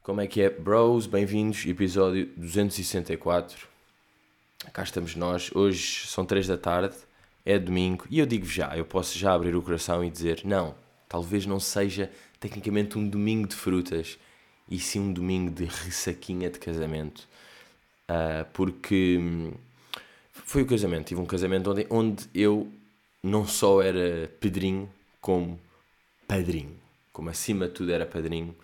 Como é que é, bros? Bem-vindos, episódio 264. Cá estamos nós, hoje são 3 da tarde, é domingo, e eu digo-vos já, eu posso já abrir o coração e dizer, não, talvez não seja tecnicamente um domingo de frutas, e sim um domingo de ressaquinha de casamento. Porque foi o casamento, tive um casamento onde eu não só era pedrinho, como padrinho. Como acima de tudo era padrinho.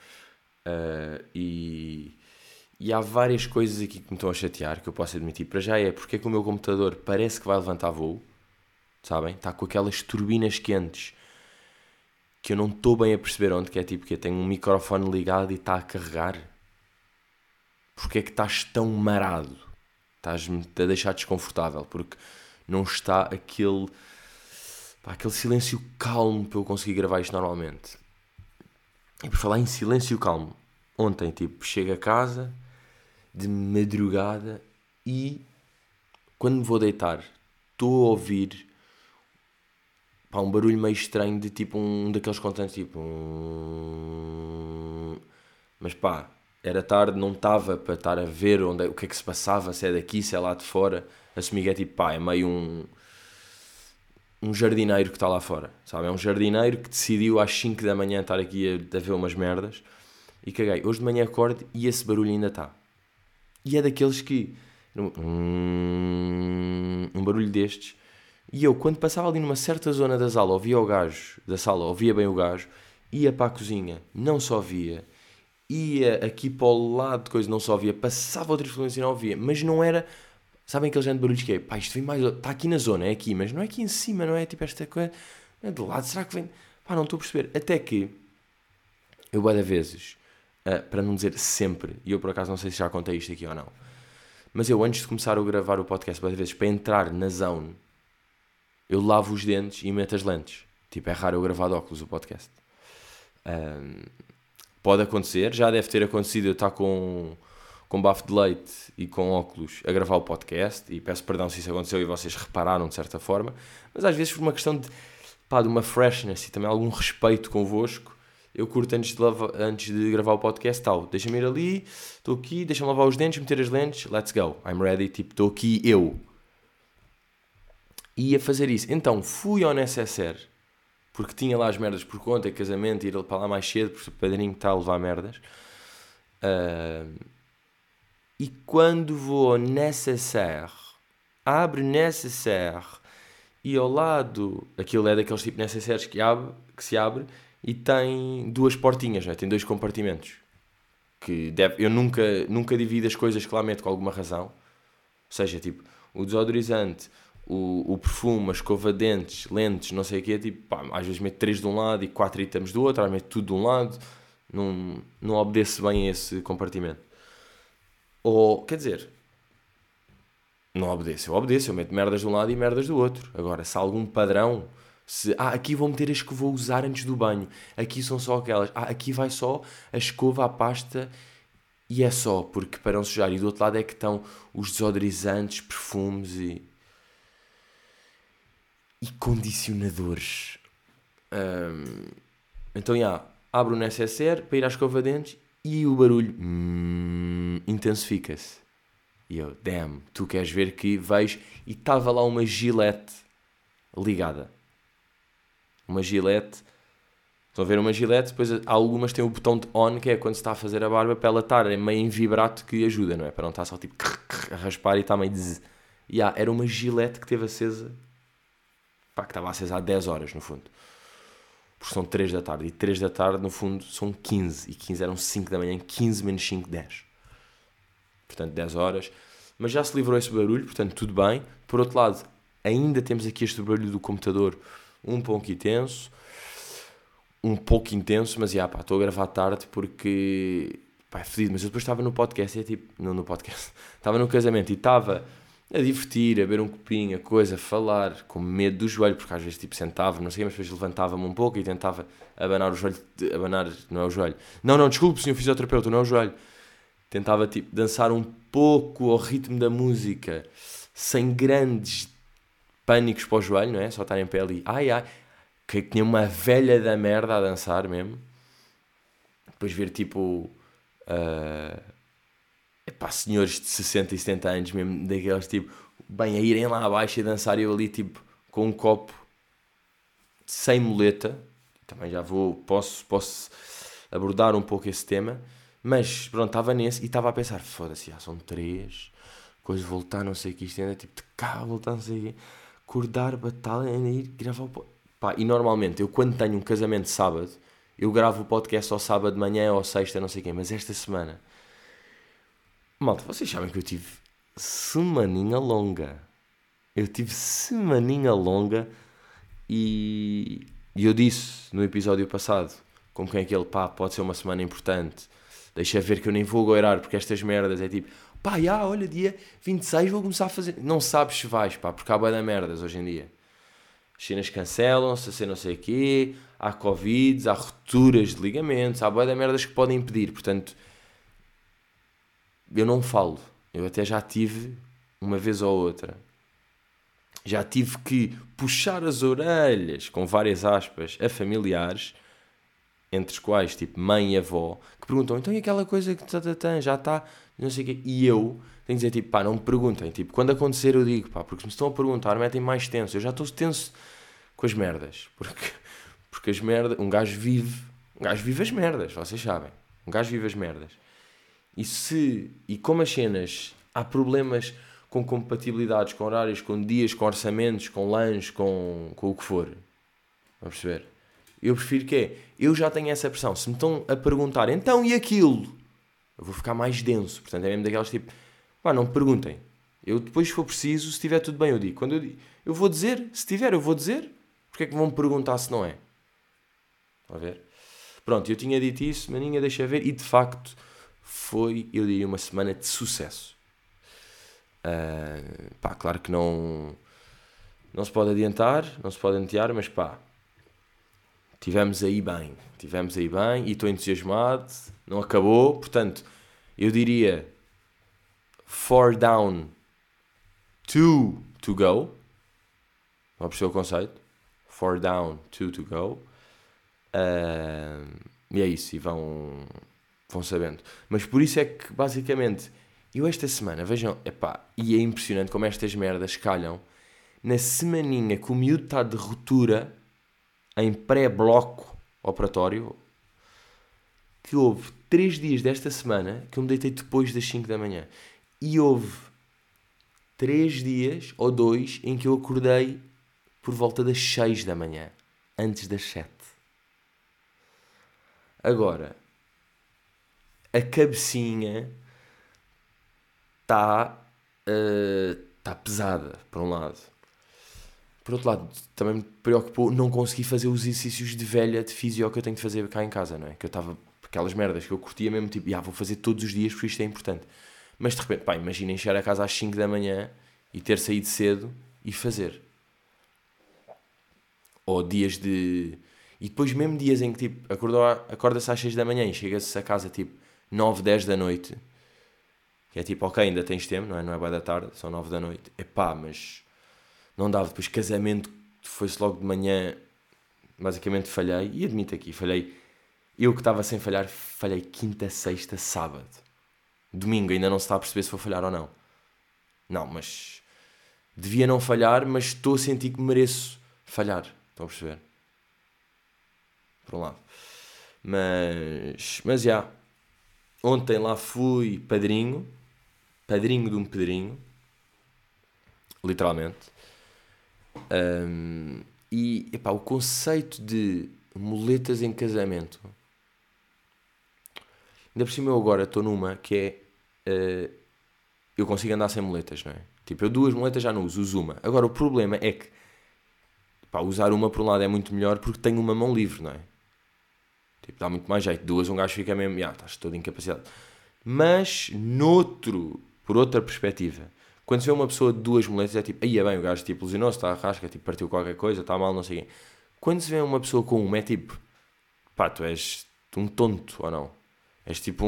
E há várias coisas aqui que me estão a chatear, que eu posso admitir. Para já é porque é que o meu computador parece que vai levantar voo, sabem? Está com aquelas turbinas quentes que eu não estou bem a perceber onde, que é tipo que eu tenho um microfone ligado e está a carregar. Porque é que estás tão marado? Estás-me a deixar desconfortável, porque não está aquele silêncio calmo para eu conseguir gravar isto normalmente. E por falar em silêncio calmo, ontem, tipo, chego a casa de madrugada e quando me vou deitar, estou a ouvir um barulho meio estranho de tipo um daqueles constantes, tipo. Mas era tarde, não estava para estar a ver o que é que se passava, se é daqui, se é lá de fora. Assumi que é tipo, é meio um jardineiro que está lá fora, sabe? É um jardineiro que decidiu às 5 da manhã estar aqui a ver umas merdas e caguei. Hoje de manhã acordo e esse barulho ainda está. E é daqueles que. Um barulho destes. E eu, quando passava ali numa certa zona da sala, ouvia o gajo, da sala, ouvia bem o gajo, ia para a cozinha, não só via, ia aqui para o lado de coisa, não só via, passava outra influência e não ouvia, mas não era. Sabem aquele género de barulhos que é? Isto vem mais. Está aqui na zona, é aqui, mas não é aqui em cima, não é tipo esta coisa. Não é de lado, será que vem. Não estou a perceber. Até que eu, várias vezes, para não dizer sempre, e eu por acaso não sei se já contei isto aqui ou não, mas eu antes de começar a gravar o podcast, várias vezes, para entrar na zone, eu lavo os dentes e meto as lentes. Tipo, é raro eu gravar de óculos o podcast. Pode acontecer, já deve ter acontecido eu estar com bafo de leite e com óculos a gravar o podcast, e peço perdão se isso aconteceu e vocês repararam de certa forma, mas às vezes por uma questão de uma freshness e também algum respeito convosco, eu curto antes de gravar o podcast, deixa-me ir ali, estou aqui, deixa-me lavar os dentes, meter as lentes, let's go, I'm ready, tipo, estou aqui eu. E ia fazer isso. Então fui ao necessaire, porque tinha lá as merdas por conta, casamento, ir para lá mais cedo, porque o padrinho está a levar merdas. E quando vou ao necessaire, abre necessaire, e ao lado, aquilo é daqueles tipo necessaires que se abre e tem duas portinhas, não é? Tem dois compartimentos. Eu nunca divido as coisas que lá meto com alguma razão. Ou seja, tipo, o desodorizante, o perfume, a escova de dentes, lentes, não sei o quê, tipo, às vezes meto 3 de um lado e 4 itens do outro, às vezes meto tudo de um lado, não obedece bem a esse compartimento. Ou, quer dizer, não obedeço, eu meto merdas de um lado e merdas do outro. Agora, se há algum padrão, aqui vou meter as que vou usar antes do banho, aqui são só aquelas, aqui vai só a escova, a pasta e é só, porque para não sujar. E do outro lado é que estão os desodorizantes, perfumes e condicionadores. Então, abro o necessaire para ir à escova de dentes e o barulho intensifica-se. E eu, damn, tu queres ver que vejo... E estava lá uma gilete ligada. Uma gilete. Estão a ver uma gilete? Depois algumas têm o botão de on, que é quando se está a fazer a barba, para ela estar meio em vibrato, que ajuda, não é? Para não estar só tipo a raspar e está meio de... era uma gilete que teve acesa... que estava acesa há 10 horas, no fundo. Porque são 3 da tarde. E 3 da tarde, no fundo, são 15. E 15 eram 5 da manhã. 15 menos 5, 10. Portanto, 10 horas. Mas já se livrou esse barulho, portanto, tudo bem. Por outro lado, ainda temos aqui este barulho do computador um pouco intenso. Mas estou a gravar tarde porque... é fedido. Mas eu depois estava no podcast e é tipo... Não no podcast. Estava no casamento e estava a divertir, a beber um copinho, a coisa, a falar, com medo do joelho, porque às vezes tipo sentava, não sei, mas depois levantava-me um pouco e tentava abanar o joelho, não é o joelho, não, desculpe, senhor fisioterapeuta, não é o joelho, tentava tipo dançar um pouco ao ritmo da música, sem grandes pânicos para o joelho, não é? Só estar em pé ali, que tinha uma velha da merda a dançar mesmo, depois ver tipo Epá, senhores de 60 e 70 anos mesmo, daqueles tipo, bem, a irem lá abaixo e dançar eu ali tipo, com um copo, sem muleta, também já posso abordar um pouco esse tema, mas pronto, estava nesse e estava a pensar, foda-se, já são 3, coisa de voltar, não sei o que, isto ainda tipo de cá, voltar, não sei o quê, acordar, batalha, ainda ir gravar o pá, e normalmente, eu quando tenho um casamento sábado, eu gravo o podcast ao sábado de manhã ou à sexta, não sei o quê, mas esta semana, malta, vocês sabem que eu tive semaninha longa. Eu tive semaninha longa e eu disse no episódio passado, como quem é aquele, pá, pode ser uma semana importante, deixa ver que eu nem vou goirar, porque estas merdas é tipo, pá, já, olha, dia 26 vou começar a fazer. Não sabes se vais, pá, porque há bué de merdas hoje em dia. As cenas cancelam-se, a ser não sei o quê, há Covids, há rupturas de ligamentos, há bué de merdas que podem impedir, portanto, eu não falo. Eu até já tive uma vez ou outra. Já tive que puxar as orelhas, com várias aspas, a familiares, entre os quais, tipo, mãe e avó, que perguntam, então e aquela coisa que já está, não sei o quê. E eu tenho que dizer, tipo, pá, não me perguntem. Tipo, quando acontecer eu digo, pá, porque se me estão a perguntar, metem mais tenso. Eu já estou tenso com as merdas. Porque as merdas, um gajo vive as merdas, vocês sabem. Um gajo vive as merdas. E como as cenas, há problemas com compatibilidades, com horários, com dias, com orçamentos, com lanches, com o que for. Vamos perceber? Eu prefiro que é, eu já tenho essa pressão. Se me estão a perguntar, então e aquilo? Eu vou ficar mais denso. Portanto, é mesmo daquelas tipo, pá, não me perguntem. Eu depois, se for preciso, se estiver tudo bem, eu digo. Quando eu digo, eu vou dizer, se tiver, eu vou dizer. Porque é que vão me perguntar se não é? Está a ver? Pronto, eu tinha dito isso, maninha, deixa ver. E de facto, foi, eu diria, uma semana de sucesso. Pá, claro que não se pode adiantar, não se pode antear, mas pá, tivemos aí bem e estou entusiasmado, não acabou, portanto, eu diria 4 down, 2 to go, não percebeu o conceito? 4 down, 2 to go, e é isso, e vão sabendo. Mas por isso é que, basicamente, eu esta semana, vejam, epá, e é impressionante como estas merdas calham na semaninha que o miúdo está de ruptura em pré-bloco operatório, que houve 3 dias desta semana que eu me deitei depois das 5 da manhã. E houve 3 dias ou 2 em que eu acordei por volta das 6 da manhã, antes das 7. Agora, a cabecinha está tá pesada, por um lado. Por outro lado, também me preocupou não conseguir fazer os exercícios de velha de fisio que eu tenho de fazer cá em casa, não é? Que eu estava, aquelas merdas que eu curtia mesmo, tipo, vou fazer todos os dias porque isto é importante. Mas de repente, pá, imaginem chegar a casa às 5 da manhã e ter saído cedo e fazer. Ou dias de... E depois mesmo dias em que, tipo, acorda-se às 6 da manhã e chega-se a casa, tipo, 9, 10 da noite. Que é tipo, ok, ainda tens tempo, não é? Não é boa da tarde, são 9 da noite. Epá, mas não dava. Depois casamento, foi-se logo de manhã, basicamente falhei. E admito aqui, falhei. Eu que estava sem falhar, falhei quinta, sexta, sábado. Domingo ainda não se está a perceber se vou falhar ou não. Não, mas devia não falhar, mas estou a sentir que mereço falhar. Estão a perceber? Por um lado. Mas já. Ontem lá fui padrinho de um pedrinho, literalmente. E epá, o conceito de muletas em casamento, ainda por cima eu agora estou numa que é eu consigo andar sem muletas, não é? Tipo, eu 2 muletas já não uso uma. Agora o problema é que pá, usar uma por um lado é muito melhor porque tenho uma mão livre, não é? Tipo, dá muito mais jeito. 2 um gajo fica mesmo, estás todo incapacitado. Mas por outra perspectiva, quando se vê uma pessoa de 2 muletas é tipo, aí é bem, o gajo tipo lesionou-se, está a rasca, tipo, partiu qualquer coisa, está mal, não sei o quê. Quando se vê uma pessoa com uma é tipo, pá, tu és um tonto ou não? És tipo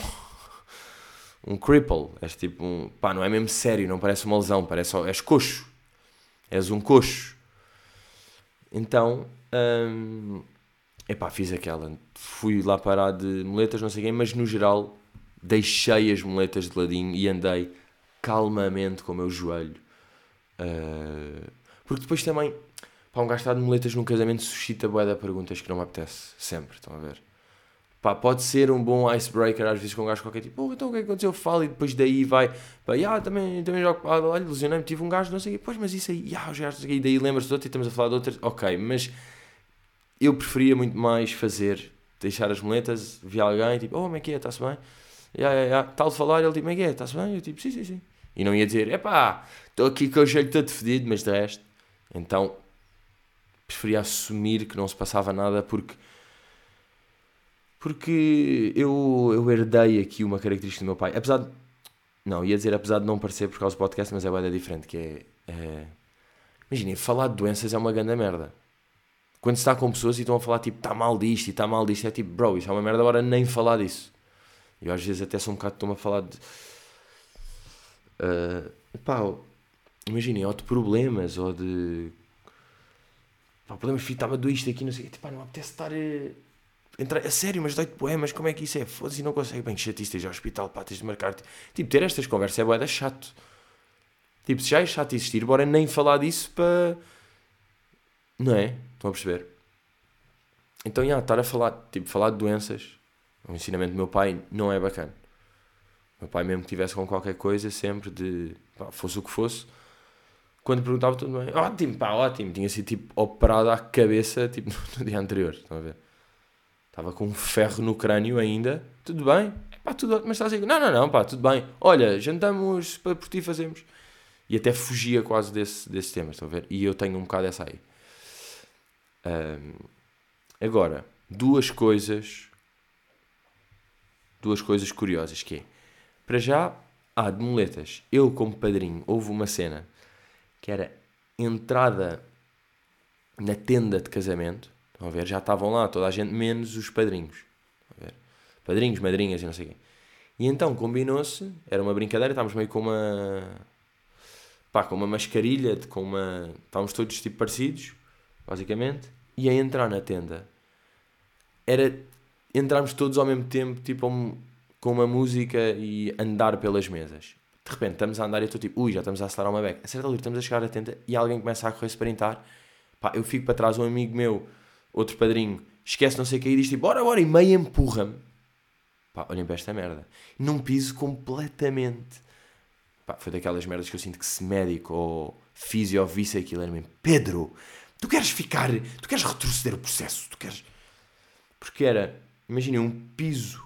um cripple, és tipo pá, não é mesmo sério, não parece uma lesão, parece só, és coxo, és um coxo. Então, epá, fiz aquela, fui lá parar de muletas, não sei quem, mas no geral deixei as moletas de ladinho e andei calmamente com o meu joelho. Porque depois também, pá, um gajo estar de moletas num casamento suscita bué de perguntas que não me apetece sempre, estão a ver? Pá, pode ser um bom icebreaker às vezes com um gajo qualquer tipo, então o que é que aconteceu? Fala e depois daí vai, pá, também jogo, olha, lesionei-me, tive um gajo, não sei o quê, pois, mas isso aí, os gajos, e daí lembras-te de outro e estamos a falar de outras, ok, mas eu preferia muito mais deixar as moletas, vi alguém, tipo, como é que é, está-se bem? Tal de falar, ele tipo, como é que é, está-se bem? Eu tipo, sim. E não ia dizer, estou aqui com o jeito todo fedido, mas de resto, então, preferia assumir que não se passava nada porque eu herdei aqui uma característica do meu pai, apesar de não parecer por causa do podcast, mas é bem diferente, que imaginem, falar de doenças é uma grande merda. Quando se está com pessoas e estão a falar tipo, está mal disto e está mal disto, é tipo, bro, isso é uma merda, agora nem falar disso. Eu às vezes até sou um bocado, estou-me a falar de... imaginem, ou de problemas, ou de... problemas que estava doido aqui, não sei o quê, não me apetece estar... a sério, mas dói-te bué, mas como é que isso é? Foda-se, não consegue. Bem, chatice, tens ao hospital, tens de marcar. Tipo, ter estas conversas é bué da chato. Tipo, se já é chato existir, bora nem falar disso para... Não é? Estão a perceber? Então, estar a falar de doenças, o ensinamento do meu pai não é bacana. O meu pai mesmo que tivesse com qualquer coisa, sempre fosse o que fosse, quando perguntava tudo bem, ótimo, tinha sido tipo operado à cabeça, tipo, no dia anterior, estão a ver? Estava com um ferro no crânio ainda. Tudo bem? Tudo ótimo. Mas está assim. Não, tudo bem. Olha, jantamos por ti fazemos. E até fugia quase desse tema, estão a ver? E eu tenho um bocado dessa aí. Agora, duas coisas curiosas que é. Para já, de muletas. Eu, como padrinho, houve uma cena que era entrada na tenda de casamento. Estão a ver? Já estavam lá toda a gente, menos os padrinhos. Estão a ver? Padrinhos, madrinhas e não sei o quê. E então combinou-se, era uma brincadeira, estávamos meio com uma mascarilha, estávamos todos tipo parecidos, basicamente, e a entrar na tenda. Entrarmos todos ao mesmo tempo, tipo, com uma música e andar pelas mesas. De repente estamos a andar e eu estou tipo, já estamos a acelerar uma beca. A certa altura estamos a chegar à tenda e alguém começa a correr-se para entrar. Eu fico para trás, um amigo meu, outro padrinho, esquece não sei o que e diz tipo, bora, e meio empurra-me. Olhem para esta merda. Num piso completamente. Foi daquelas merdas que eu sinto que se médico ou fisio visse aquilo, era mesmo, Pedro, tu queres retroceder o processo, porque era, imaginem, um piso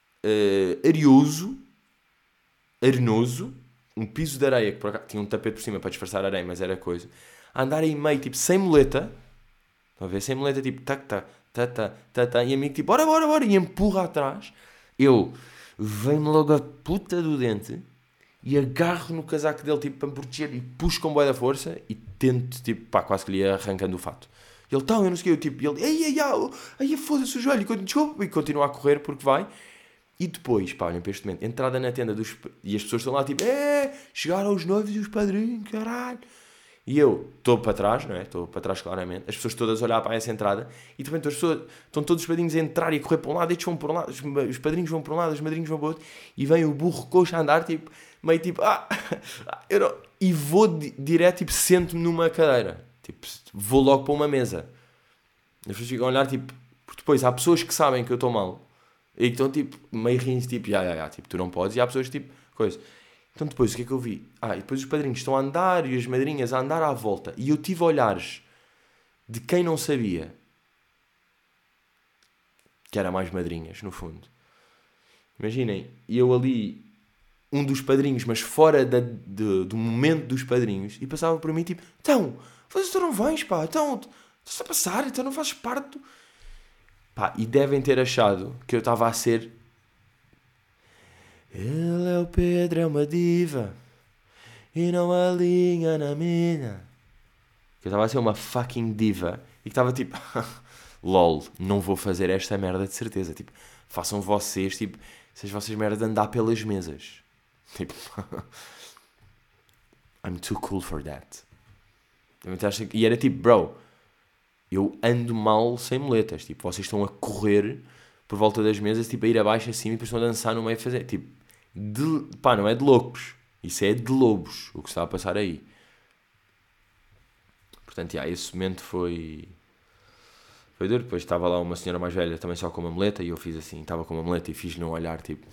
arenoso, um piso de areia, que por acaso tinha um tapete por cima para disfarçar a areia, mas era coisa, a andar aí meio, tipo, sem muleta, estão a ver, sem muleta, tipo, e amigo, tipo, bora, e empurra atrás, eu venho logo a puta do dente e agarro no casaco dele, tipo, para me proteger e puxo com bué da força e tento, tipo, quase que lhe ia arrancando o fato. E ele, eu não sei o que, eu, tipo, e ele, foda-se o joelho, desculpa, e continua a correr porque vai. E depois, olhem para este momento, entrada na tenda e as pessoas estão lá, tipo, chegaram os noivos e os padrinhos, caralho. E eu estou para trás, não é? Estou para trás claramente. As pessoas todas a olhar para essa entrada e de repente as pessoas estão todos os padrinhos a entrar e a correr para um lado, estes vão para um lado, os padrinhos vão para um lado, os madrinhos vão para o outro e vem o burro coxo a andar, tipo, meio tipo, eu não... E vou direto, tipo, sento-me numa cadeira. Tipo, vou logo para uma mesa. As pessoas ficam a olhar, tipo, porque depois há pessoas que sabem que eu estou mal e que estão, tipo, meio rindo, tipo, tipo, tu não podes. E há pessoas, tipo, coisa... Então depois o que é que eu vi? E depois os padrinhos estão a andar e as madrinhas a andar à volta. E eu tive olhares de quem não sabia que era mais madrinhas, no fundo. Imaginem, eu ali, um dos padrinhos, mas fora do momento dos padrinhos, e passava por mim tipo, tu não vens, estás a passar, então não fazes parte do... E devem ter achado que eu estava a ser... Ele é o Pedro, é uma diva e não alinha na mina. Que eu estava a ser uma fucking diva e que estava tipo, lol, não vou fazer esta merda de certeza. Tipo, façam vocês, tipo, essas vossas merdas de andar pelas mesas. Tipo, I'm too cool for that. E era tipo, bro, eu ando mal sem muletas. Tipo, vocês estão a correr por volta das mesas, tipo, a ir abaixo assim e depois estão a dançar no meio a fazer, tipo, pá, não é de loucos, isso é de lobos, o que está a passar aí. Portanto, esse momento foi duro. Depois estava lá uma senhora mais velha também só com uma muleta e eu fiz assim, estava com uma muleta e fiz-lhe um olhar tipo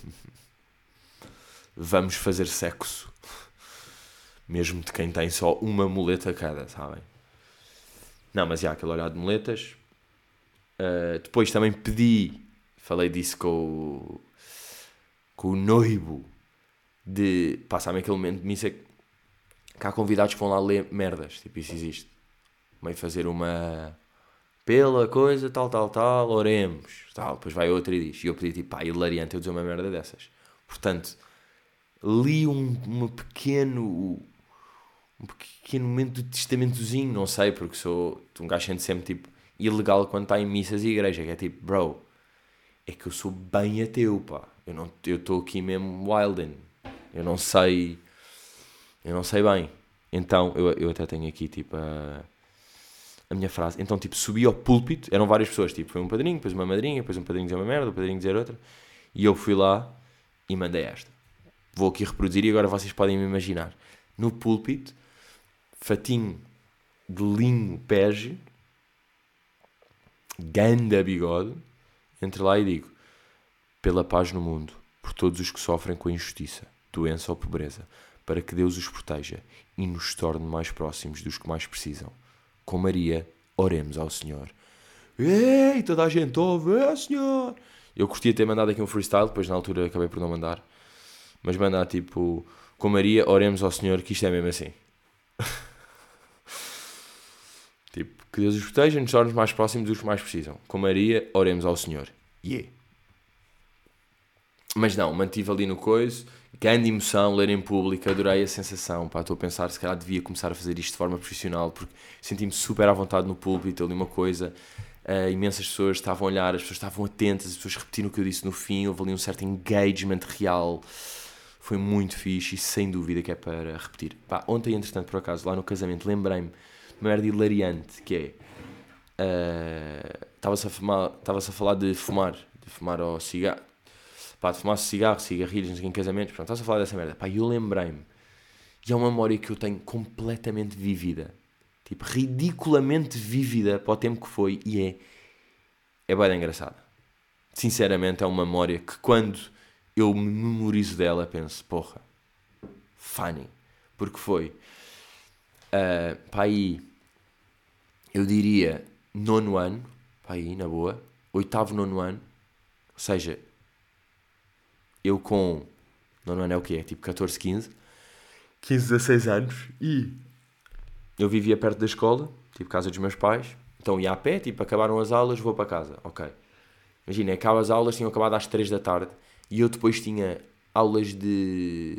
vamos fazer sexo. Mesmo de quem tem só uma muleta cada, sabem? Não, mas aquele olhar de muletas. Depois também falei disso com o noivo, de, pá, sabem aquele momento de missa que há convidados que vão lá ler merdas, tipo, isso existe. Meio fazer uma pela coisa, tal, oremos, tal. Depois vai outro e diz, e eu pedi tipo, pá, hilariante eu dizer uma merda dessas. Portanto, li um pequeno momento de testamentozinho, não sei, porque sou um gajo sente sempre tipo ilegal quando está em missas e igreja, que é tipo, bro, é que eu sou bem ateu, pá, eu estou aqui mesmo wilding, eu não sei bem, então eu até tenho aqui tipo a minha frase, então tipo subi ao púlpito, eram várias pessoas, tipo foi um padrinho, depois uma madrinha, depois um padrinho dizer uma merda, um padrinho dizer outra, e eu fui lá e mandei esta, vou aqui reproduzir e agora vocês podem me imaginar, no púlpito, fatinho de linho pege, ganda bigode, entre lá e digo, pela paz no mundo, por todos os que sofrem com a injustiça, doença ou pobreza, para que Deus os proteja e nos torne mais próximos dos que mais precisam. Com Maria, oremos ao Senhor. Ei, toda a gente ouve, Senhor! Eu curtia ter mandado aqui um freestyle, depois na altura acabei por não mandar, mas mandar tipo, com Maria, oremos ao Senhor, que isto é mesmo assim. Tipo, que Deus os proteja e nos torne mais próximos dos que mais precisam. Com Maria, oremos ao Senhor. Yeah. Mas não, mantive ali no coiso, grande emoção, ler em público, adorei a sensação, pá, estou a pensar se calhar devia começar a fazer isto de forma profissional, porque senti-me super à vontade no púlpito, ali uma coisa, imensas pessoas estavam a olhar, as pessoas estavam atentas, as pessoas repetiram o que eu disse no fim, houve ali um certo engagement real, foi muito fixe e sem dúvida que é para repetir. Pá, ontem, entretanto, por acaso, lá no casamento, lembrei-me de uma merda hilariante, que é, estava-se a falar de fumar ao cigarro, pá, de fumar cigarro, cigarrilhos, não sei, em casamentos, pronto, estás a falar dessa merda, pá, e eu lembrei-me, e é uma memória que eu tenho completamente vívida, tipo, ridiculamente vívida para o tempo que foi, e é bem engraçada, sinceramente é uma memória que quando eu me memorizo dela, penso, porra, funny, porque foi, pá, aí, eu diria, nono ano, pá, aí, na boa, oitavo, nono ano, ou seja, eu com, nono ano é o quê? É tipo 14, 15, 16 anos, e eu vivia perto da escola, tipo casa dos meus pais, então ia a pé, tipo acabaram as aulas, vou para casa, ok. Imagina, acabam as aulas, tinham acabado às 3 da tarde, e eu depois tinha aulas de,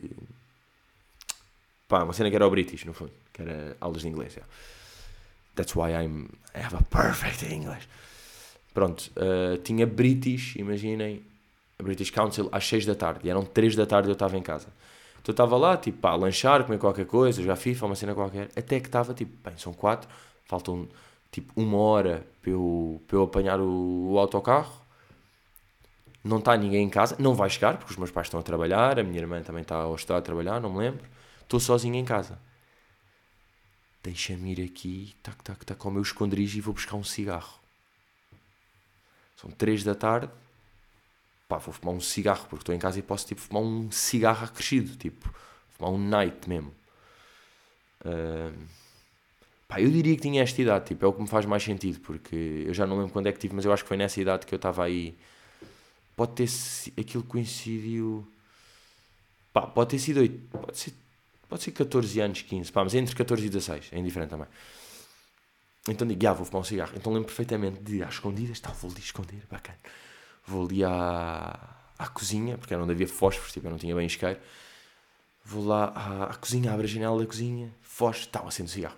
pá, uma cena que era o British, no fundo, que era aulas de inglês, yeah. That's why I have a perfect English. Pronto, tinha British, imaginem, a British Council às 6 da tarde, e eram 3 da tarde e eu estava em casa. Então eu estava lá, tipo, pá, a lanchar, comer qualquer coisa, jogar FIFA, uma cena qualquer, até que estava, tipo, bem, são 4, faltam, tipo, 1 hora para eu apanhar o autocarro, não está ninguém em casa, não vai chegar, porque os meus pais estão a trabalhar, a minha irmã também está a trabalhar, não me lembro, estou sozinho em casa. Deixa-me ir aqui, tac, ao meu esconderijo e vou buscar um cigarro. São 3 da tarde, pá, vou fumar um cigarro, porque estou em casa e posso, tipo, fumar um cigarro acrescido, tipo, fumar um night mesmo. Pá, eu diria que tinha esta idade, tipo, é o que me faz mais sentido, porque eu já não lembro quando é que tive, mas eu acho que foi nessa idade que eu estava aí. Pode ter sido, aquilo coincidiu, pá, pode ter sido 8, pode ser 14 anos, 15, pá, mas é entre 14 e 16, é indiferente também. Então digo, vou fumar um cigarro. Então lembro perfeitamente de, às escondidas, vou ali esconder, bacana. Vou ali à cozinha, porque era onde havia fósforos, tipo, eu não tinha bem isqueiro. Vou lá à cozinha, abro a janela da cozinha, fósforo, acendo o cigarro.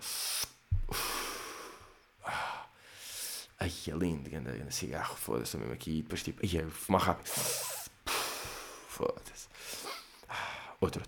Ai, é lindo, grande cigarro, foda-se, estou mesmo aqui. E depois tipo, ai, vou fumar rápido. Foda-se. Outro.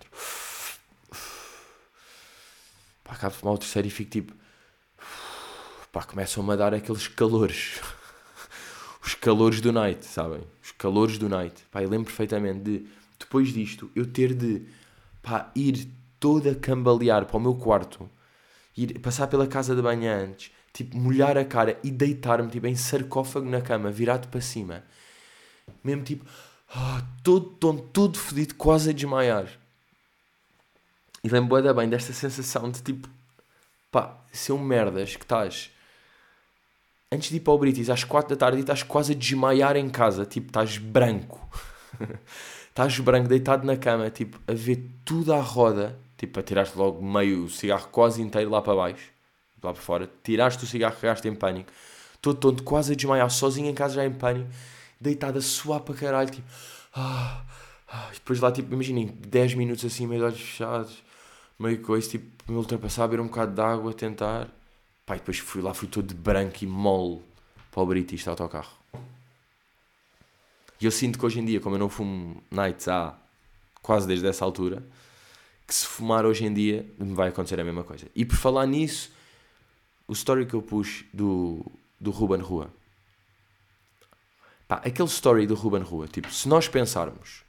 Pá, acabo de fumar o terceiro e fico tipo... Pá, começam-me a dar aqueles calores. Os calores do night, sabem? Os calores do night. Pá, eu lembro perfeitamente de, depois disto, eu ter de, pá, ir toda a cambalear para o meu quarto, ir passar pela casa de banho antes, tipo, molhar a cara e deitar-me, tipo, em sarcófago na cama, virado para cima. Mesmo, tipo, todo tonto, todo fodido, quase a desmaiar. E lembro bué da bem desta sensação de, tipo, pá, ser um merdas que estás antes de ir para o Britis às 4 da tarde e estás quase a desmaiar em casa, tipo, estás branco. Estás branco, deitado na cama, tipo, a ver tudo à roda, tipo, a tiraste logo meio cigarro quase inteiro lá para baixo, lá para fora, tiraste o cigarro, cagaste em pânico, todo tonto, quase a desmaiar, sozinho em casa já em pânico, deitado a suar para caralho, tipo, e depois lá, tipo, imaginem, 10 minutos assim, meio de olhos fechados, meio coisa, tipo, me ultrapassar, beber um bocado de água, tentar. Pá, e depois fui todo de branco e mole para o British de autocarro. E eu sinto que hoje em dia, como eu não fumo nights há quase desde essa altura, que se fumar hoje em dia me vai acontecer a mesma coisa. E por falar nisso, o story que eu pus do Ruben Rua. Pá, aquele story do Ruben Rua, tipo, se nós pensarmos...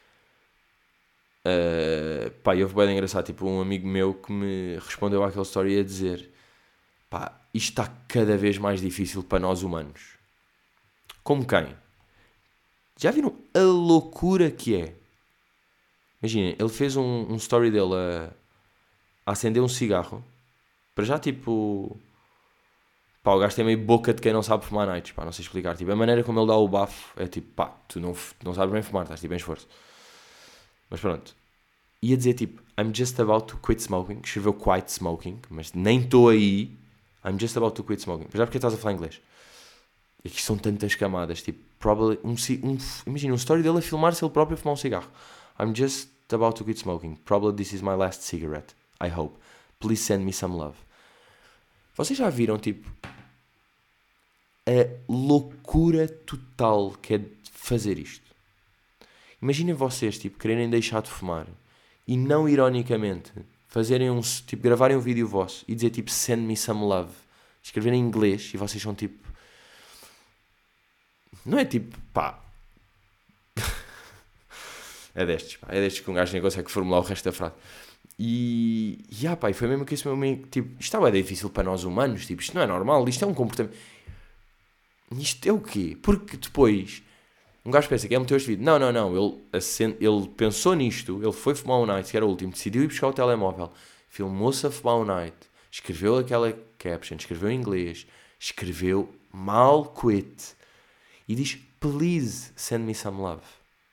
pá, eu foi bem engraçado, tipo, um amigo meu que me respondeu àquele story a dizer... Pá, isto está cada vez mais difícil para nós humanos. Como quem? Já viram a loucura que é? Imaginem, ele fez um story dele a acender um cigarro. Para já, tipo... Pá, o gajo tem meio boca de quem não sabe fumar nights. Pá, não sei explicar. Tipo, a maneira como ele dá o bafo é tipo... Pá, tu não sabes bem fumar, estás tipo em esforço. Mas pronto. Ia dizer tipo... I'm just about to quit smoking. Escreveu quite smoking. Mas nem estou aí. I'm just about to quit smoking. Mas já porque estás a falar inglês. E aqui são tantas camadas. Tipo, probably... imagina um story dele a filmar-se ele próprio a fumar um cigarro. I'm just about to quit smoking. Probably this is my last cigarette. I hope. Please send me some love. Vocês já viram, tipo... a loucura total que é fazer isto. Imaginem vocês, tipo, quererem deixar de fumar. E não ironicamente... fazerem tipo, gravarem um vídeo vosso. E dizer, tipo, send me some love. Escreverem em inglês. E vocês são, tipo... não é tipo, pá... é destes, pá. É destes que um gajo nem consegue formular o resto da frase. E pá, e foi mesmo que esse meu amigo, tipo, isto é difícil para nós humanos, tipo, isto não é normal, isto é um comportamento... Isto é o quê? Porque depois, um gajo pensa que é meter este vídeo. Não, ele pensou nisto, ele foi fumar um night, que era o último, decidiu ir buscar o telemóvel, filmou-se a fumar um night, escreveu aquela caption, escreveu em inglês, escreveu mal quit, e diz, please send me some love.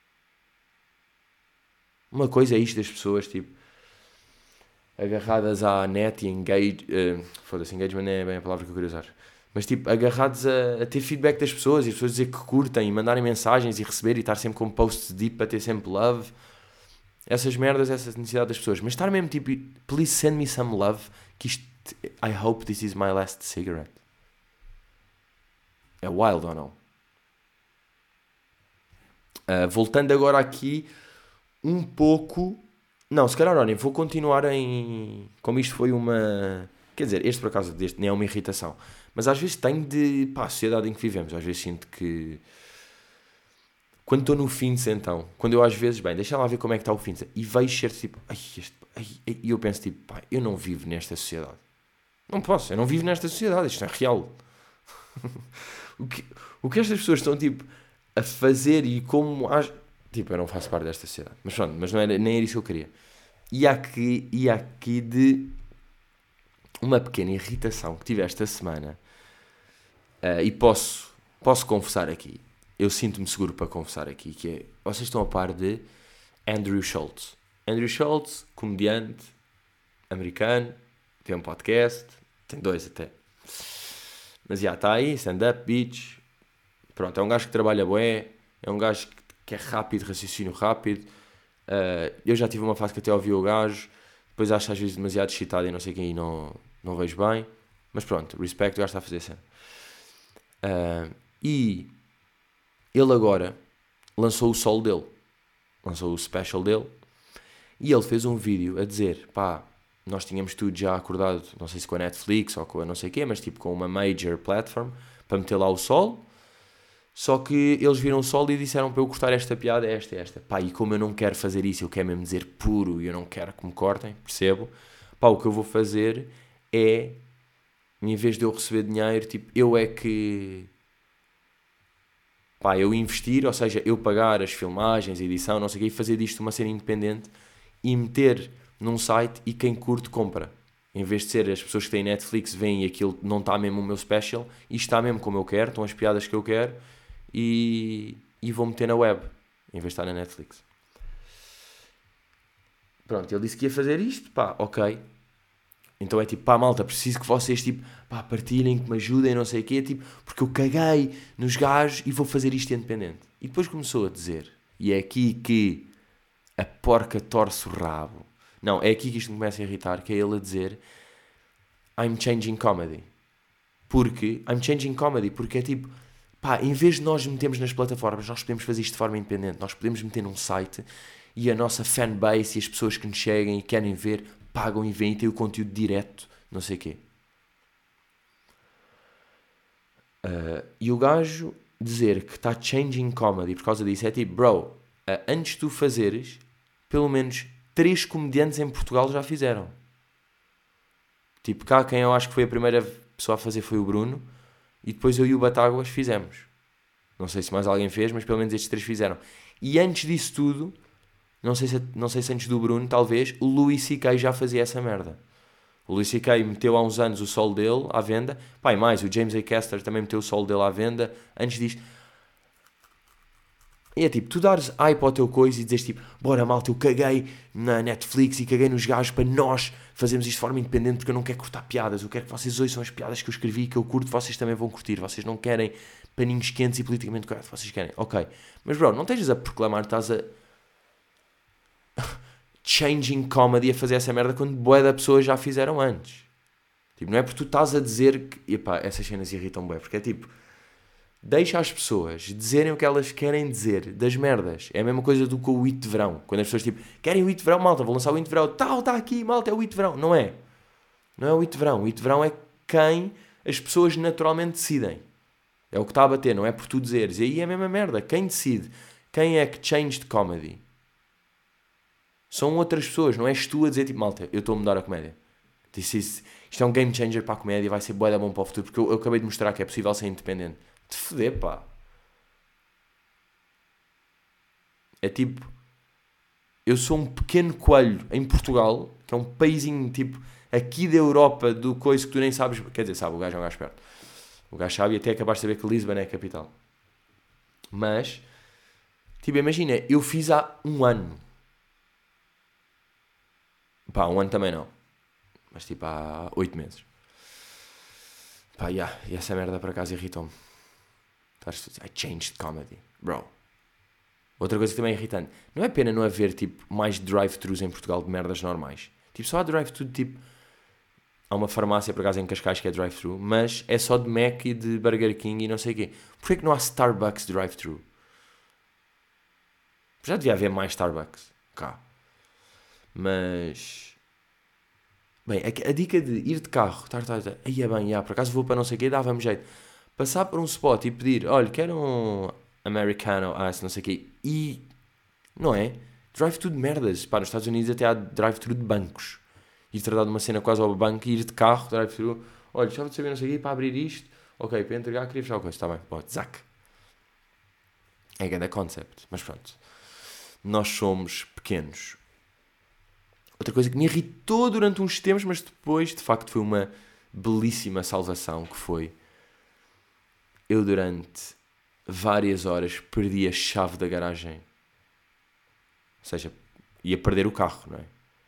Uma coisa é isto das pessoas, tipo, agarradas à net e foda-se, engagement não é bem a palavra que eu queria usar. Mas tipo, agarrados a ter feedback das pessoas e as pessoas dizer que curtem e mandarem mensagens e receber e estar sempre com posts deep para ter sempre love. Essas merdas, essa necessidade das pessoas. Mas estar mesmo tipo, please send me some love, que isto, I hope this is my last cigarette. É wild ou não? Voltando agora aqui um pouco... Não, se calhar, olhem, vou continuar em... Como isto foi uma... Quer dizer, este por acaso deste nem é uma irritação. Mas às vezes tenho de... Pá, a sociedade em que vivemos. Às vezes sinto que... Quando estou no Finse, então... Quando eu às vezes... Bem, deixa lá ver como é que está o Finse. E vejo ser tipo... E eu penso tipo... Pá, eu não vivo nesta sociedade. Não posso. Eu não vivo nesta sociedade. Isto é real. o que estas pessoas estão tipo... a fazer e como... Tipo, eu não faço parte desta sociedade. Mas pronto, mas não era, nem era isso que eu queria. E aqui de uma pequena irritação que tive esta semana. E posso confessar aqui. Eu sinto-me seguro para confessar aqui. Que é, vocês estão a par de Andrew Schultz. Andrew Schultz, comediante americano. Tem um podcast. Tem 2 até. Mas já está aí, stand-up, bitch. Pronto, é um gajo que trabalha bué. É um gajo que é rápido, raciocínio rápido. Eu já tive uma fase que até ouvi o gajo, depois acho às vezes demasiado excitado e não sei quem, e não vejo bem, mas pronto, respeito, o gajo está a fazer cena. E ele agora lançou o solo dele, lançou o special dele, e ele fez um vídeo a dizer, pá, nós tínhamos tudo já acordado, não sei se com a Netflix ou com a não sei quê, mas tipo com uma major platform, para meter lá o solo. Só que eles viram o sol e disseram para eu cortar esta piada, esta. Pá, e como eu não quero fazer isso, eu quero mesmo dizer puro e eu não quero que me cortem, percebo? Pá, o que eu vou fazer é, em vez de eu receber dinheiro, tipo, eu é que... Pá, eu investir, ou seja, eu pagar as filmagens, a edição, não sei o quê, e fazer disto uma cena independente e meter num site e quem curte compra. Em vez de ser as pessoas que têm Netflix veem e aquilo não está mesmo o meu special, e está mesmo como eu quero, estão as piadas que eu quero, e vou meter na web, em vez de estar na Netflix. Pronto, ele disse que ia fazer isto, pá, ok. Então é tipo, pá, malta, preciso que vocês, tipo, pá, partilhem, que me ajudem, não sei o quê, tipo, porque eu caguei nos gajos e vou fazer isto independente. E depois começou a dizer, e é aqui que a porca torce o rabo. Não, é aqui que isto me começa a irritar, que é ele a dizer I'm changing comedy. Porque é tipo, pá, em vez de nós metermos nas plataformas, nós podemos fazer isto de forma independente. Nós podemos meter num site e a nossa fanbase e as pessoas que nos seguem e querem ver, pagam e veem e têm o conteúdo direto, não sei o quê. E o gajo dizer que está changing comedy por causa disso é tipo, bro, antes de tu fazeres, pelo menos 3 comediantes em Portugal já fizeram. Tipo, cá quem eu acho que foi a primeira pessoa a fazer foi o Bruno, e depois eu e o Batáguas fizemos. Não sei se mais alguém fez, mas pelo menos estes 3 fizeram. E antes disso tudo, não sei se antes do Bruno, talvez, o Louis C.K. já fazia essa merda. O Louis C.K. meteu há uns anos o solo dele à venda. Pá, e mais, o James A. Caster também meteu o solo dele à venda. Antes disto... E é tipo, tu dares hype ao teu coisa e dizes tipo, bora malta, eu caguei na Netflix e caguei nos gajos para nós fazermos isto de forma independente porque eu não quero cortar piadas. Eu quero que vocês ouçam as piadas que eu escrevi e que eu curto, vocês também vão curtir. Vocês não querem paninhos quentes e politicamente correto, vocês querem. Ok. Mas bro, não estejas a proclamar, estás a changing comedy a fazer essa merda quando bué da pessoas já fizeram antes. Tipo, não é porque tu estás a dizer que... Epá, essas cenas irritam bué, porque é tipo... Deixa as pessoas dizerem o que elas querem dizer das merdas. É a mesma coisa do que o Hit de Verão. Quando as pessoas tipo, querem o Hit de Verão, malta, vou lançar o Hit de Verão. Tal, está aqui, malta, é o Hit de Verão. Não é. Não é o Hit de Verão. O Hit de Verão é quem as pessoas naturalmente decidem. É o que está a bater, não é por tu dizeres. E aí é a mesma merda. Quem decide? Quem é que changed comedy? São outras pessoas, não és tu a dizer tipo, malta, eu estou a mudar a comédia. Isto é um game changer para a comédia, vai ser bué da bom para o futuro, porque eu acabei de mostrar que é possível ser independente. De foder, pá. É tipo, eu sou um pequeno coelho em Portugal, que é um paísinho tipo aqui da Europa, do coisa que tu nem sabes. Quer dizer, sabe, o gajo é um gajo esperto. O gajo sabe e até acabaste de saber que Lisbon é a capital. Mas, tipo, imagina, eu fiz há um ano. Pá, um ano também não. Mas tipo, há 8 meses. Pá, yeah, e essa merda por acaso irritou-me. I changed comedy. Bro. Outra coisa que também é irritante. Não é pena não haver, tipo, mais drive-thrus em Portugal de merdas normais. Tipo, só há drive-thru, tipo... Há uma farmácia, por acaso, em Cascais que é drive-thru. Mas é só de Mac e de Burger King e não sei o quê. Porquê que não há Starbucks drive-thru? Já devia haver mais Starbucks. Cá. Mas... Bem, a dica de ir de carro. Aí é bem, por acaso vou para não sei o quê, dava-me jeito. Passar por um spot e pedir, olha, quero um americano, ice, não sei o quê. E... Não é? Drive-thru de merdas. Pá, nos Estados Unidos até há drive-thru de bancos. Ir tratar de uma cena quase ao banco e ir de carro, drive-thru. Olha, gostava de saber não sei o quê, para abrir isto. Ok, para entregar, queria fechar o coisa. Está bem, pode, zac. É grande concept. Mas pronto. Nós somos pequenos. Outra coisa que me irritou durante uns tempos, mas depois, de facto, foi uma belíssima salvação, que foi... Eu, durante várias horas, perdi a chave da garagem. Ou seja, ia perder o carro, não é?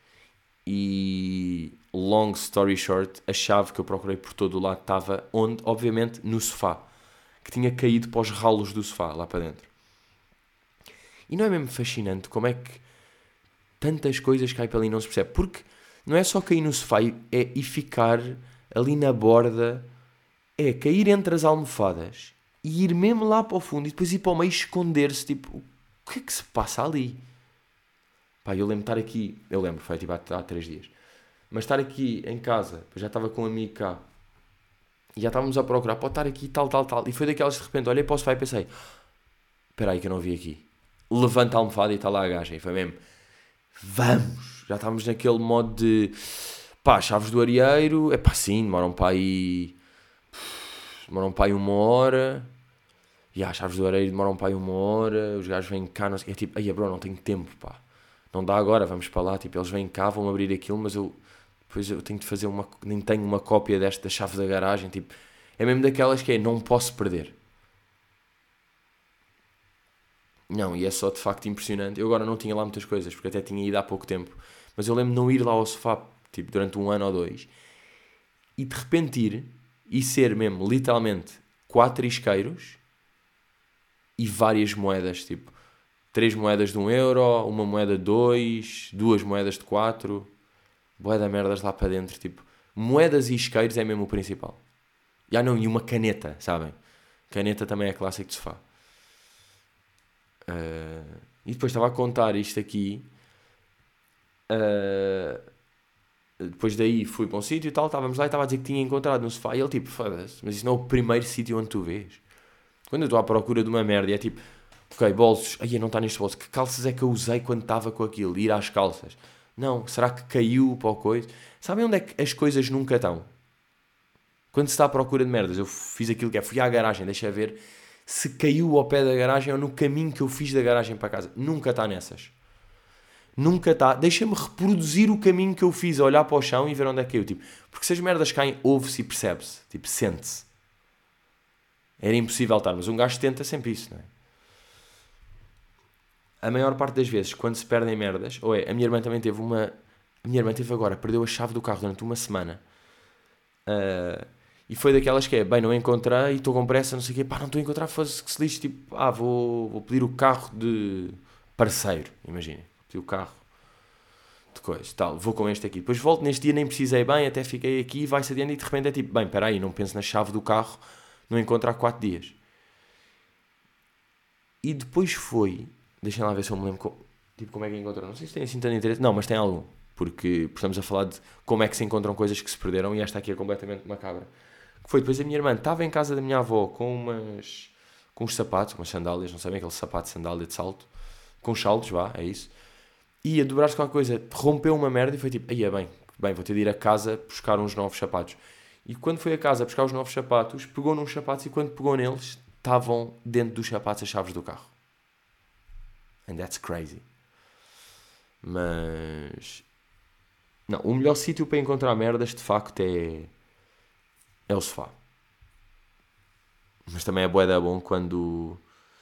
E, long story short, a chave que eu procurei por todo o lado estava onde? Obviamente, no sofá. Que tinha caído para os ralos do sofá, lá para dentro. E não é mesmo fascinante como é que tantas coisas caem para ali e não se percebe? Porque não é só cair no sofá e ficar ali na borda... É cair entre as almofadas e ir mesmo lá para o fundo e depois ir para o meio e esconder-se. Tipo, o que é que se passa ali? Pá, eu lembro de estar aqui... Eu lembro, foi tipo há 3 dias. Mas estar aqui em casa, já estava com um amigo cá. E já estávamos a procurar, pode estar aqui, tal, tal, tal. E foi daquelas de repente, olhei para o sofá e pensei, espera aí que eu não vi aqui. Levanta a almofada e está lá a gaja. E foi mesmo, vamos! Já estávamos naquele modo de, pá, chaves do areeiro, é pá, sim, demoram para aí 1 hora. E as chaves do areeiro demoram para aí 1 hora, os gajos vêm cá, não sei, é tipo, aí bro, não tenho tempo, pá. Não dá agora, vamos para lá, tipo, eles vêm cá, vão abrir aquilo, mas depois eu tenho de fazer nem tenho uma cópia desta chave da garagem, tipo, é mesmo daquelas que é, não posso perder. Não, e é só de facto impressionante. Eu agora não tinha lá muitas coisas, porque até tinha ido há pouco tempo, mas eu lembro de não ir lá ao sofá, tipo, durante 1 ano ou 2, e de repente ir, e ser mesmo, literalmente, 4 isqueiros, e várias moedas, tipo, 3 moedas de 1 euro, uma moeda de 2, 2 moedas de 4, bué da merdas lá para dentro, tipo, moedas e isqueiros é mesmo o principal. Não, e uma caneta, sabem? Caneta também é clássico de sofá. E depois estava a contar isto aqui, uh, depois daí fui para um sítio e tal, estávamos lá e estava a dizer que tinha encontrado no sofá, e ele tipo, foda-se, mas isso não é o primeiro sítio onde tu vês. Quando eu estou à procura de uma merda e é tipo, ok, bolsos, aí não está neste bolso, que calças é que eu usei quando estava com aquilo? Ir às calças. Não, será que caiu para o coisa? Sabem onde é que as coisas nunca estão? Quando se está à procura de merdas, eu fiz aquilo que é, fui à garagem, deixa ver se caiu ao pé da garagem ou no caminho que eu fiz da garagem para casa. Nunca está nessas. Nunca está. Deixa-me reproduzir o caminho que eu fiz, a olhar para o chão e ver onde é que caiu. Tipo, porque se as merdas caem, ouve-se e percebe-se. Tipo, sente-se. Era impossível estar, mas um gajo tenta sempre isso, não é? A maior parte das vezes, quando se perdem merdas, ou é, a minha irmã também teve uma. A minha irmã teve agora, perdeu a chave do carro durante uma semana. E foi daquelas que é, bem, não encontrei, estou com pressa, não sei o quê, pá, não estou a encontrar, fosse que se lixe, tipo, vou pedir o carro de parceiro, imaginem, pedir o carro de coisa, tal, vou com este aqui. Depois volto neste dia, nem precisei bem, até fiquei aqui, vai-se adiante e de repente é tipo, bem, espera aí, não penso na chave do carro, não encontro há 4 dias. E depois foi, deixem lá ver se eu me lembro, tipo, como é que encontrou, não sei se tem assim tanto interesse, não, mas tem algum, porque estamos a falar de como é que se encontram coisas que se perderam e esta aqui é completamente macabra. Que foi depois a minha irmã estava em casa da minha avó com uns sapatos, umas sandálias, não sabem aquele sapato de sandália de salto, com saltos, vá, é isso. Ia dobrar-se qualquer coisa, rompeu uma merda e foi tipo, aí é bem, vou ter de ir a casa buscar uns novos sapatos. E quando foi a casa buscar os novos sapatos, pegou nos sapatos e quando pegou neles, estavam dentro dos sapatos as chaves do carro. And that's crazy. Mas... Não, o melhor sítio para encontrar merdas, de facto, é o sofá. Mas também é bué da bom quando...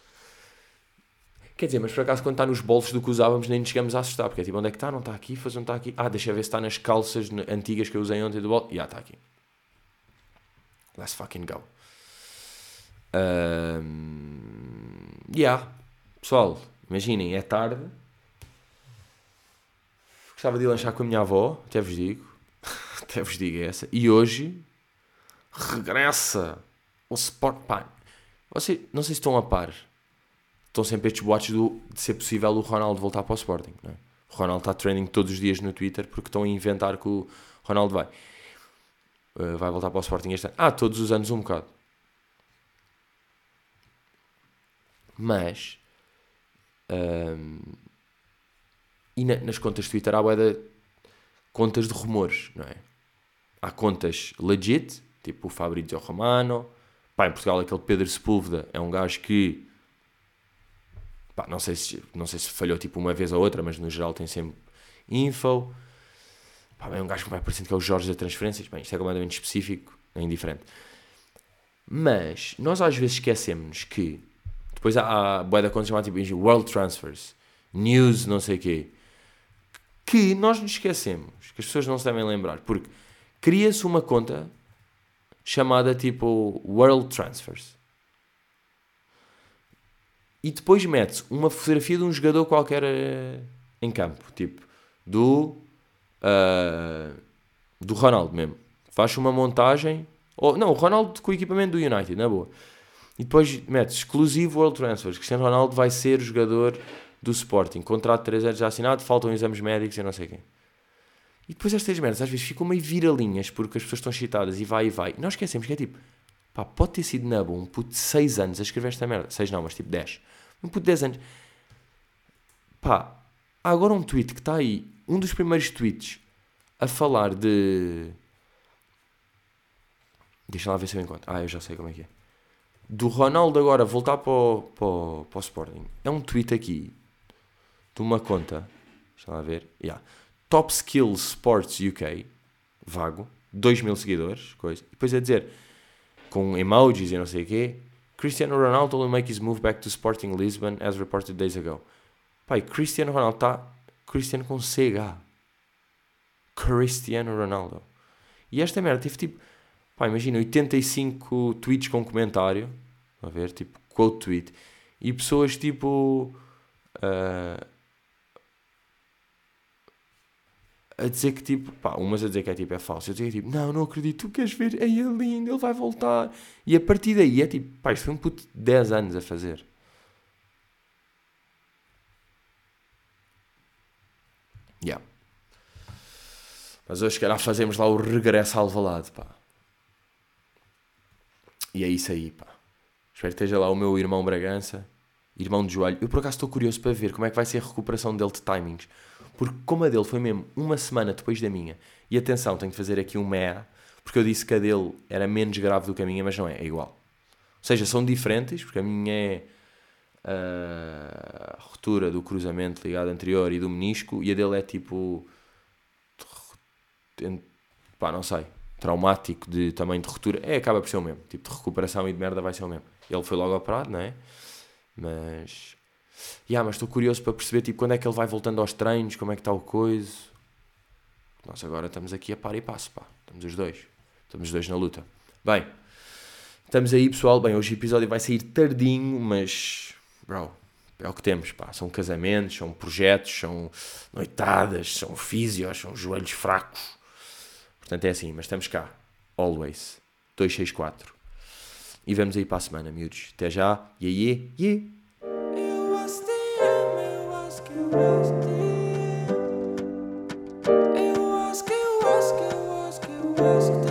Quer dizer, mas por acaso quando está nos bolsos do que usávamos nem nos chegamos a assustar. Porque é tipo, onde é que está? Não está aqui, não está aqui. Deixa eu ver se está nas calças antigas que eu usei ontem do bolso. Está aqui. Let's fucking go. Pessoal, imaginem, é tarde. Gostava de ir lanchar com a minha avó, até vos digo. Até vos digo essa. E hoje regressa o Sport. Pá, não sei se estão a par. Estão sempre estes boatos de ser possível o Ronaldo voltar para o Sporting. Não é? O Ronaldo está trending todos os dias no Twitter porque estão a inventar que o Ronaldo vai voltar para o Sporting este ano. Todos os anos um bocado. Mas e nas contas de Twitter há contas de rumores, não é? Há contas legit, tipo o Fabrizio Romano. Pá, em Portugal aquele Pedro Sepúlveda é um gajo que não sei se falhou tipo uma vez ou outra, mas no geral tem sempre info. É um gajo que vai parecendo que é o Jorge das transferências. Bem, isto é completamente específico, é indiferente. Mas nós às vezes esquecemos que depois há bué da conta chamada tipo World Transfers, News, não sei o quê, que nós nos esquecemos, que as pessoas não se devem lembrar, porque cria-se uma conta chamada tipo World Transfers e depois mete-se uma fotografia de um jogador qualquer em campo, tipo do Ronaldo mesmo. Faz uma montagem, o Ronaldo com o equipamento do United, na boa. E depois mete exclusivo World Transfers. Cristiano Ronaldo vai ser jogador do Sporting. Contrato de 3 anos já assinado, faltam exames médicos e não sei quem. E depois estas merdas às vezes ficam meio viralinhas porque as pessoas estão excitadas e vai. E nós esquecemos que é tipo, pá, pode ter sido na boa um puto de 6 anos a escrever esta merda. 6 não, mas tipo 10. Um puto de 10 anos. Pá, há agora um tweet que está aí, um dos primeiros tweets a falar de... Deixa lá ver se eu encontro. Eu já sei como é que é. Do Ronaldo agora voltar para o Sporting. É um tweet aqui de uma conta. Deixa lá ver. Yeah. Top Skills Sports UK. Vago. 2.000 seguidores. Coisa. E depois a dizer, com emojis e não sei o quê, Cristiano Ronaldo will make his move back to Sporting Lisbon as reported days ago. Pai, Cristiano Ronaldo está... Cristiano com CH. Cristiano Ronaldo. E esta merda teve tipo... Pá, imagina, 85 tweets com comentário. A ver, tipo, quote tweet. E pessoas tipo... a dizer que tipo... Pá, umas a dizer que é tipo, é falso. Eu dizer que tipo, não acredito, tu queres ver? É lindo, ele vai voltar. E a partir daí é tipo... Pá, isto foi um puto de 10 anos a fazer. Yeah. Mas hoje, se calhar, fazemos lá o regresso ao Alvalade, pá. E é isso aí, pá. Espero que esteja lá o meu irmão Bragança, irmão de joelho. Eu, por acaso, estou curioso para ver como é que vai ser a recuperação dele de timings. Porque como a dele foi mesmo uma semana depois da minha, e atenção, tenho de fazer aqui um mea, porque eu disse que a dele era menos grave do que a minha, mas não é, é igual. Ou seja, são diferentes, porque a minha é a ruptura do cruzamento ligado anterior e do menisco, e a dele é tipo... Pá, não sei, traumático de tamanho de ruptura, acaba por ser o mesmo, tipo de recuperação e de merda vai ser o mesmo. Ele foi logo operado, não é? Mas estou curioso para perceber tipo, quando é que ele vai voltando aos treinos, como é que está o coisa. Nós agora estamos aqui a par e passo, pá, estamos os dois na luta. Bem, estamos aí, pessoal. Bem, hoje o episódio vai sair tardinho, mas bro, é o que temos, pá. São casamentos, são projetos, são noitadas, são físios, são joelhos fracos. Portanto é assim, mas estamos cá. Always. 264. E vamos aí para a semana, miúdos. Até já. Yeah. Eu acho que